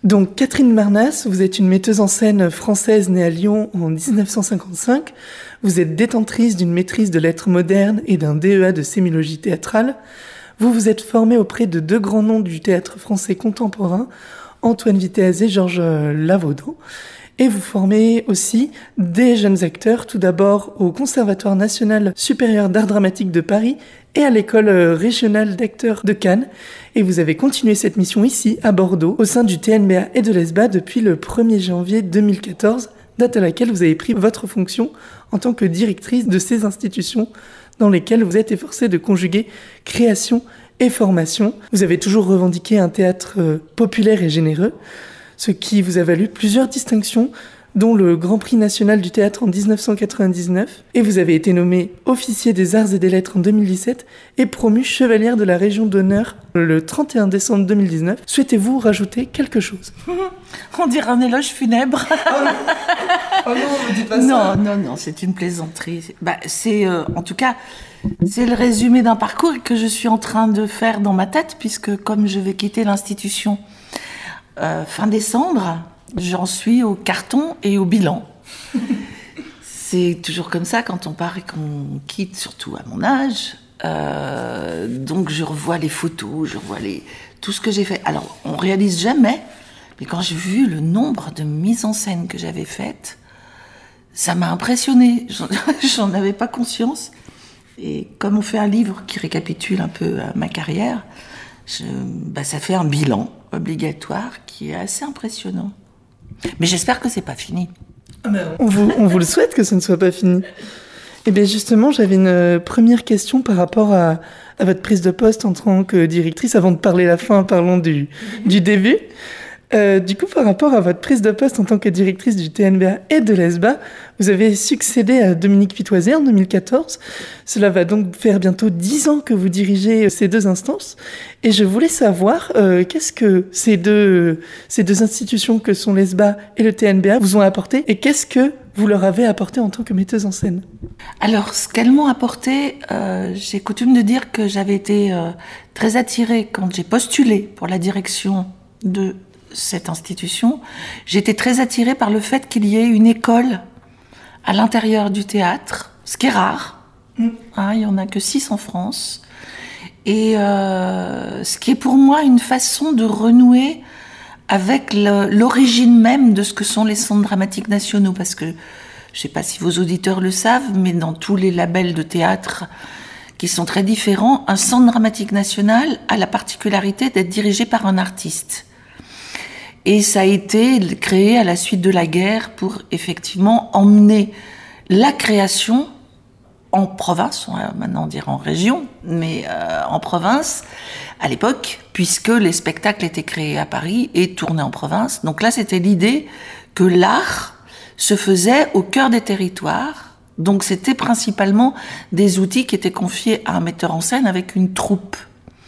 Donc Catherine Marnas, vous êtes une metteuse en scène française née à Lyon en 1955. Vous êtes détentrice d'une maîtrise de lettres modernes et d'un DEA de sémiologie théâtrale. Vous vous êtes formée auprès de deux grands noms du théâtre français contemporain, Antoine Vitez et Georges Lavaudant. Et vous formez aussi des jeunes acteurs, tout d'abord au Conservatoire national supérieur d'art dramatique de Paris et à l'école régionale d'acteurs de Cannes. Et vous avez continué cette mission ici, à Bordeaux, au sein du TNBA et de l'ESBA depuis le 1er janvier 2014, date à laquelle vous avez pris votre fonction en tant que directrice de ces institutions dans lesquelles vous êtes efforcée de conjuguer création et formation. Vous avez toujours revendiqué un théâtre populaire et généreux, ce qui vous a valu plusieurs distinctions, dont le Grand Prix national du théâtre en 1999, et vous avez été nommée officier des arts et des lettres en 2017 et promue chevalière de la Légion d'honneur le 31 décembre 2019. Souhaitez-vous rajouter quelque chose ? On dirait un éloge funèbre. Oh non, ne dites pas ça. Non, c'est une plaisanterie. En tout cas, c'est le résumé d'un parcours que je suis en train de faire dans ma tête, puisque comme je vais quitter l'institution fin décembre, j'en suis au carton et au bilan. C'est toujours comme ça quand on part et qu'on quitte, surtout à mon âge. Donc je revois les photos, tout ce que j'ai fait. Alors, on réalise jamais, mais quand j'ai vu le nombre de mises en scène que j'avais faites, ça m'a impressionnée. J'en avais pas conscience. Et comme on fait un livre qui récapitule un peu ma carrière, ça fait un bilan obligatoire qui est assez impressionnant. Mais j'espère que c'est pas fini. On vous le souhaite que ce ne soit pas fini. Et bien justement, j'avais une première question par rapport à votre prise de poste en tant que directrice. Avant de parler la fin, parlons du début. Du coup, par rapport à votre prise de poste en tant que directrice du TNBA et de l'ESBA, vous avez succédé à Dominique Pitoisé en 2014. Cela va donc faire bientôt 10 ans que vous dirigez ces deux instances. Et je voulais savoir, qu'est-ce que ces deux institutions que sont l'ESBA et le TNBA vous ont apporté et qu'est-ce que vous leur avez apporté en tant que metteuse en scène ? Alors, ce qu'elles m'ont apporté, j'ai coutume de dire que j'avais été très attirée quand j'ai postulé pour la direction de cette institution. J'étais très attirée par le fait qu'il y ait une école à l'intérieur du théâtre, ce qui est rare. Il n'y en a que 6 en France. Et ce qui est pour moi une façon de renouer avec l'origine même de ce que sont les centres dramatiques nationaux. Parce que, je ne sais pas si vos auditeurs le savent, mais dans tous les labels de théâtre qui sont très différents, un centre dramatique national a la particularité d'être dirigé par un artiste. Et ça a été créé à la suite de la guerre pour effectivement emmener la création en province, on va maintenant dire en région, mais en province à l'époque, puisque les spectacles étaient créés à Paris et tournés en province. Donc là, c'était l'idée que l'art se faisait au cœur des territoires. Donc c'était principalement des outils qui étaient confiés à un metteur en scène avec une troupe.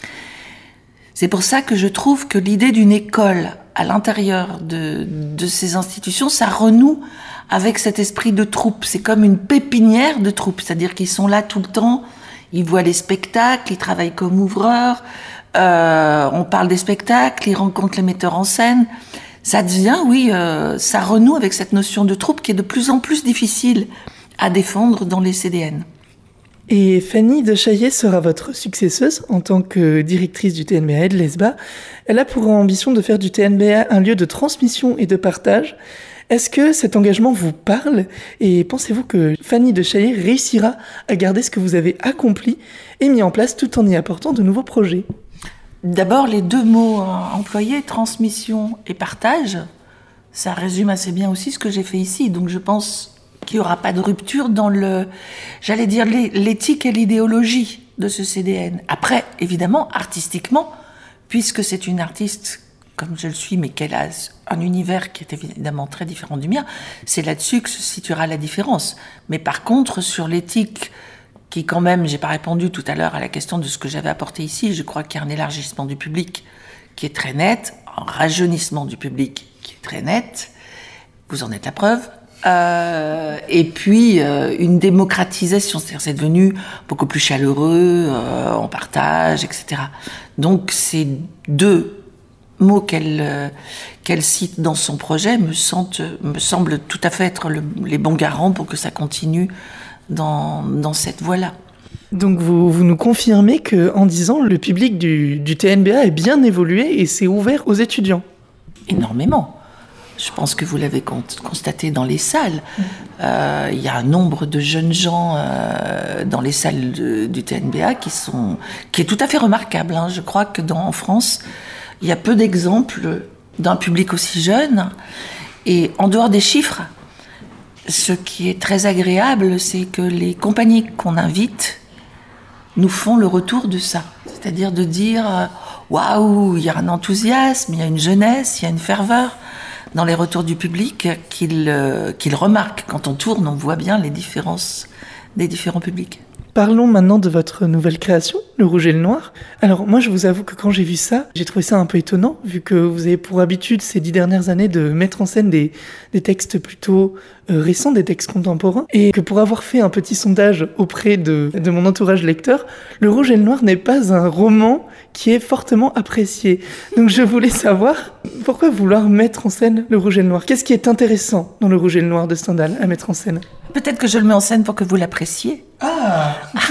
C'est pour ça que je trouve que l'idée d'une école à l'intérieur de ces institutions, ça renoue avec cet esprit de troupe. C'est comme une pépinière de troupe, c'est-à-dire qu'ils sont là tout le temps, ils voient les spectacles, ils travaillent comme ouvreurs, on parle des spectacles, ils rencontrent les metteurs en scène. Ça devient, ça renoue avec cette notion de troupe qui est de plus en plus difficile à défendre dans les CDN. Et Fanny de Chaillet sera votre successeuse en tant que directrice du TNBA et de l'ESBA. Elle a pour ambition de faire du TNBA un lieu de transmission et de partage. Est-ce que cet engagement vous parle et pensez-vous que Fanny de Chaillet réussira à garder ce que vous avez accompli et mis en place tout en y apportant de nouveaux projets ? D'abord, les deux mots employés, transmission et partage, ça résume assez bien aussi ce que j'ai fait ici. Donc je pense qu'il n'y aura pas de rupture dans l'éthique et l'idéologie de ce CDN. Après, évidemment, artistiquement, puisque c'est une artiste comme je le suis, mais qu'elle a un univers qui est évidemment très différent du mien, c'est là-dessus que se situera la différence. Mais par contre, sur l'éthique, qui quand même, j'ai pas répondu tout à l'heure à la question de ce que j'avais apporté ici, je crois qu'il y a un élargissement du public qui est très net, un rajeunissement du public qui est très net, vous en êtes la preuve, et puis une démocratisation, c'est-à-dire c'est devenu beaucoup plus chaleureux, on partage, etc. Donc c'est deux mots qu'elle cite dans son projet me semblent tout à fait être les bons garants pour que ça continue dans cette voie-là. Donc vous nous confirmez qu'en 10 ans, le public du TNBA est bien évolué et s'est ouvert aux étudiants? Énormément. Je pense que vous l'avez constaté dans les salles. Il y a un nombre de jeunes gens dans les salles du TNBA qui est tout à fait remarquable. Hein. Je crois que en France, il y a peu d'exemples d'un public aussi jeune. Et en dehors des chiffres, ce qui est très agréable, c'est que les compagnies qu'on invite nous font le retour de ça. C'est-à-dire de dire « Waouh, il y a un enthousiasme, il y a une jeunesse, il y a une ferveur » dans les retours du public qu'ils remarquent. Quand on tourne, on voit bien les différences des différents publics. Parlons maintenant de votre nouvelle création, Le Rouge et le Noir. Alors moi, je vous avoue que quand j'ai vu ça, j'ai trouvé ça un peu étonnant, vu que vous avez pour habitude ces 10 dernières années de mettre en scène des textes plutôt récents, des textes contemporains, et que pour avoir fait un petit sondage auprès de mon entourage lecteur, Le Rouge et le Noir n'est pas un roman qui est fortement apprécié. Donc je voulais savoir, pourquoi vouloir mettre en scène Le Rouge et le Noir? Qu'est-ce qui est intéressant dans Le Rouge et le Noir de Stendhal à mettre en scène? Peut-être que je le mets en scène pour que vous l'appréciez. Ah.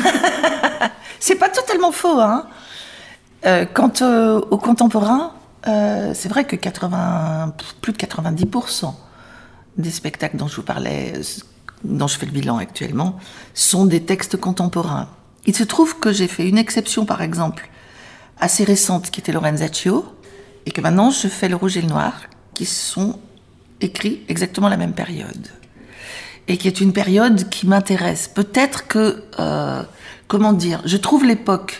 C'est pas totalement faux, hein. Quant au contemporain, c'est vrai que plus de 90% des spectacles dont je vous parlais, dont je fais le bilan actuellement, sont des textes contemporains. Il se trouve que j'ai fait une exception, par exemple, assez récente, qui était Lorenzaccio, et que maintenant je fais Le Rouge et le Noir, qui sont écrits exactement à la même période. Et qui est une période qui m'intéresse. Peut-être que, je trouve l'époque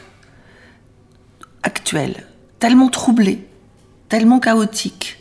actuelle tellement troublée, tellement chaotique,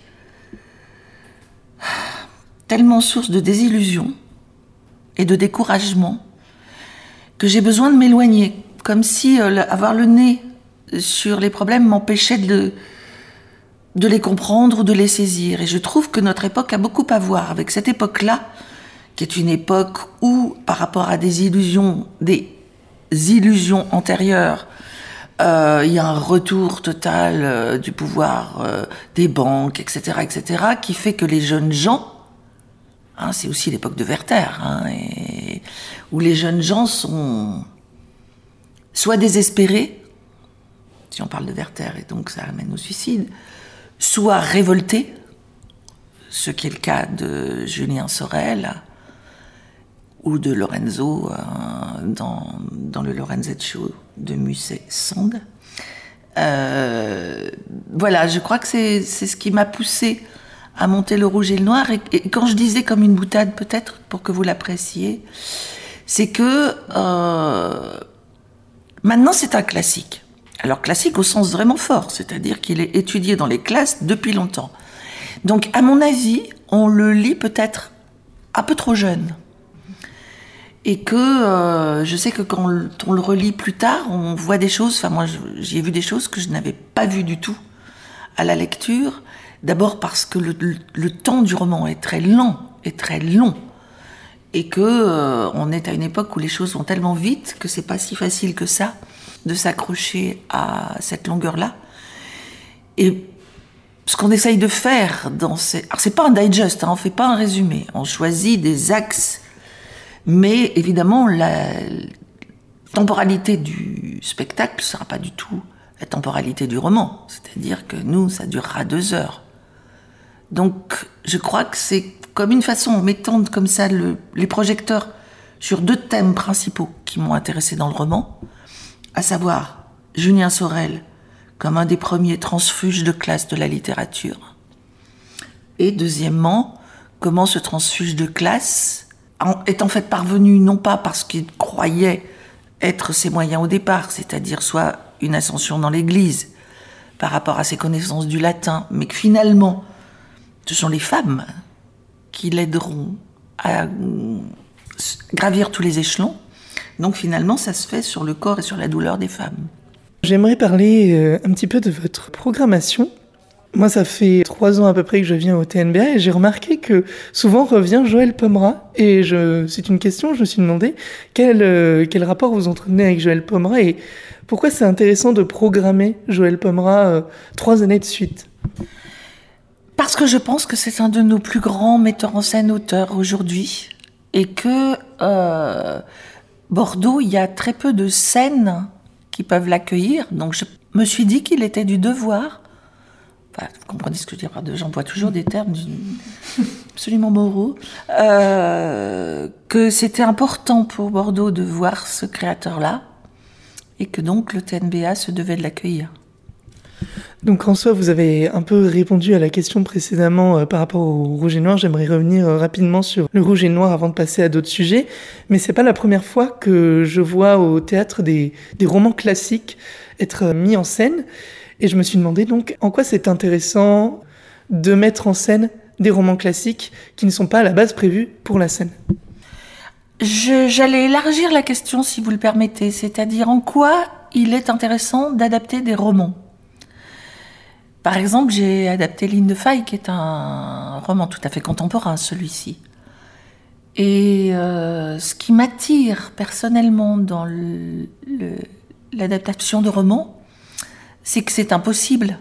tellement source de désillusion et de découragement, que j'ai besoin de m'éloigner. Comme si avoir le nez sur les problèmes m'empêchait de les comprendre ou de les saisir. Et je trouve que notre époque a beaucoup à voir avec cette époque-là, qui est une époque où, par rapport à des illusions antérieures, il y a un retour total du pouvoir des banques, etc., qui fait que les jeunes gens, hein, c'est aussi l'époque de Werther, hein, où les jeunes gens sont soit désespérés, si on parle de Werther, et donc ça amène au suicide, soit révoltés, ce qui est le cas de Julien Sorel, ou de Lorenzo dans le Lorenzaccio de Musset-Sand. Voilà, je crois que c'est ce qui m'a poussée à monter Le Rouge et le Noir. Et quand je disais comme une boutade, peut-être, pour que vous l'appréciez, c'est que maintenant c'est un classique. Alors classique au sens vraiment fort, c'est-à-dire qu'il est étudié dans les classes depuis longtemps. Donc à mon avis, on le lit peut-être un peu trop jeune. Et que je sais que quand on le relit plus tard, on voit des choses, enfin moi j'y ai vu des choses que je n'avais pas vues du tout à la lecture. D'abord parce que le temps du roman est très lent et très long. Et que on est à une époque où les choses vont tellement vite que c'est pas si facile que ça de s'accrocher à cette longueur-là. Et ce qu'on essaye de faire alors c'est pas un digest, hein, on fait pas un résumé, on choisit des axes. Mais évidemment, la temporalité du spectacle ne sera pas du tout la temporalité du roman. C'est-à-dire que nous, ça durera 2 heures. Donc, je crois que c'est comme une façon, en mettant comme ça les projecteurs sur 2 thèmes principaux qui m'ont intéressé dans le roman, à savoir Julien Sorel comme un des premiers transfuges de classe de la littérature. Et deuxièmement, comment ce transfuge de classe est en fait parvenu, non pas parce qu'il croyait être ses moyens au départ, c'est-à-dire soit une ascension dans l'Église par rapport à ses connaissances du latin, mais que finalement, ce sont les femmes qui l'aideront à gravir tous les échelons. Donc finalement, ça se fait sur le corps et sur la douleur des femmes. J'aimerais parler un petit peu de votre programmation. Moi, ça fait 3 ans à peu près que je viens au TNBA et j'ai remarqué que souvent revient Joël Pomera. Et c'est une question, je me suis demandé quel rapport vous entretenez avec Joël Pomera et pourquoi c'est intéressant de programmer Joël Pomera 3 années de suite. Parce que je pense que c'est un de nos plus grands metteurs en scène auteurs aujourd'hui et que Bordeaux, il y a très peu de scènes qui peuvent l'accueillir. Donc je me suis dit qu'il était du devoir, enfin, vous comprenez ce que je veux dire, j'emploie toujours des termes absolument moraux, que c'était important pour Bordeaux de voir ce créateur-là et que donc le TNBA se devait de l'accueillir. Donc en soi, vous avez un peu répondu à la question précédemment par rapport au rouge et noir. J'aimerais revenir rapidement sur le rouge et noir avant de passer à d'autres sujets. Mais c'est pas la première fois que je vois au théâtre des romans classiques être mis en scène. Et je me suis demandé donc en quoi c'est intéressant de mettre en scène des romans classiques qui ne sont pas à la base prévus pour la scène. J'allais élargir la question si vous le permettez, c'est-à-dire en quoi il est intéressant d'adapter des romans. Par exemple, j'ai adapté Ligne de faille, qui est un roman tout à fait contemporain, celui-ci. Et ce qui m'attire personnellement dans l'adaptation de romans, c'est que c'est impossible.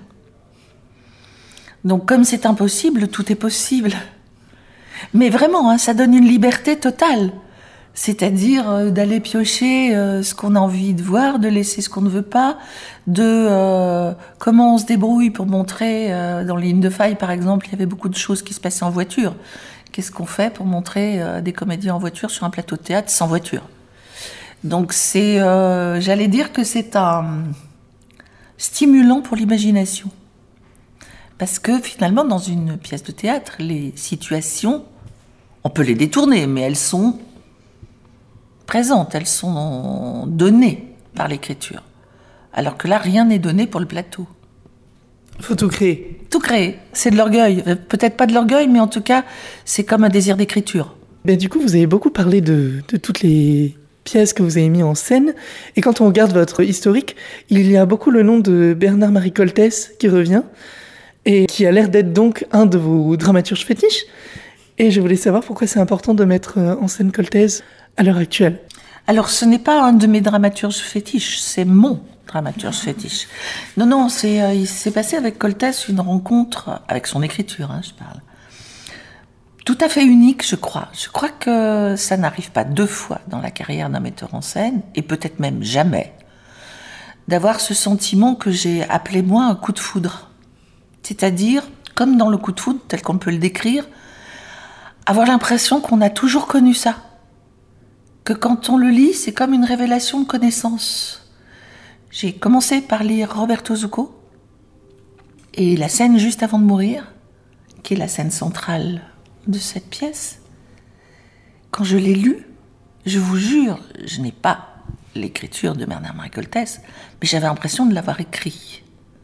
Donc comme c'est impossible, tout est possible. Mais vraiment, hein, ça donne une liberté totale. C'est-à-dire d'aller piocher ce qu'on a envie de voir, de laisser ce qu'on ne veut pas, de comment on se débrouille pour montrer, dans Ligne de faille par exemple, il y avait beaucoup de choses qui se passaient en voiture. Qu'est-ce qu'on fait pour montrer des comédiens en voiture sur un plateau de théâtre sans voiture? Donc j'allais dire que c'est un stimulant pour l'imagination. Parce que finalement, dans une pièce de théâtre, les situations, on peut les détourner, mais elles sont présentes, elles sont données par l'écriture. Alors que là, rien n'est donné pour le plateau. Faut tout créer. Tout créer, c'est de l'orgueil. Peut-être pas de l'orgueil, mais en tout cas, c'est comme un désir d'écriture. Ben, du coup, vous avez beaucoup parlé de toutes les pièces que vous avez mises en scène. Et quand on regarde votre historique, il y a beaucoup le nom de Bernard-Marie Coltès qui revient et qui a l'air d'être donc un de vos dramaturges fétiches. Et je voulais savoir pourquoi c'est important de mettre en scène Coltès à l'heure actuelle. Alors, ce n'est pas un de mes dramaturges fétiches, c'est mon dramaturge fétiche. Non, il s'est passé avec Coltès une rencontre, avec son écriture, je parle, tout à fait unique, je crois. Je crois que ça n'arrive pas 2 fois dans la carrière d'un metteur en scène, et peut-être même jamais, d'avoir ce sentiment que j'ai appelé moi un coup de foudre. C'est-à-dire, comme dans le coup de foudre, tel qu'on peut le décrire, avoir l'impression qu'on a toujours connu ça. Que quand on le lit, c'est comme une révélation de connaissance. J'ai commencé par lire Roberto Zucco, et la scène juste avant de mourir, qui est la scène centrale de cette pièce, quand je l'ai lue, je vous jure, je n'ai pas l'écriture de Bernard-Marie Coltès, mais j'avais l'impression de l'avoir écrit.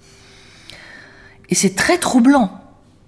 Et c'est très troublant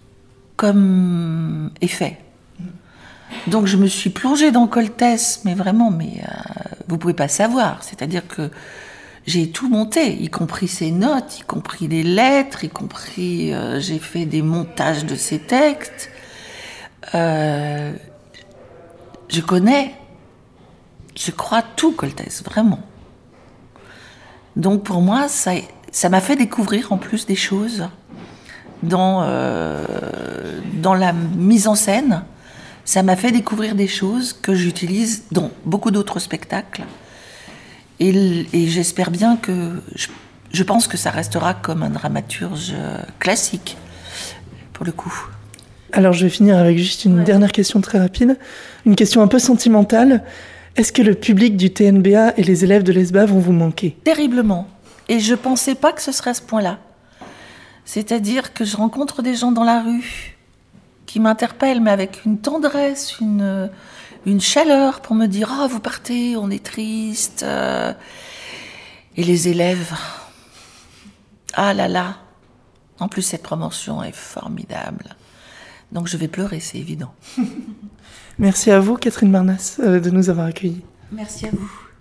comme effet. Donc je me suis plongée dans Coltès, mais vraiment, vous pouvez pas savoir. C'est-à-dire que j'ai tout monté, y compris ses notes, y compris les lettres, y compris j'ai fait des montages de ses textes. Je connais, je crois tout Coltès, vraiment. Donc pour moi, ça m'a fait découvrir en plus des choses dans la mise en scène. Ça m'a fait découvrir des choses que j'utilise dans beaucoup d'autres spectacles. Et j'espère bien que... Je pense que ça restera comme un dramaturge classique, pour le coup. Alors je vais finir avec juste une dernière question très rapide. Une question un peu sentimentale. Est-ce que le public du TNBA et les élèves de l'ESBA vont vous manquer? Terriblement. Et je pensais pas que ce serait à ce point-là. C'est-à-dire que je rencontre des gens dans la rue qui m'interpellent, mais avec une tendresse, une chaleur pour me dire « Oh, vous partez, on est triste. » Et les élèves, ah là là. En plus, cette promotion est formidable. Donc je vais pleurer, c'est évident. Merci à vous, Catherine Marnas, de nous avoir accueillis. Merci à vous.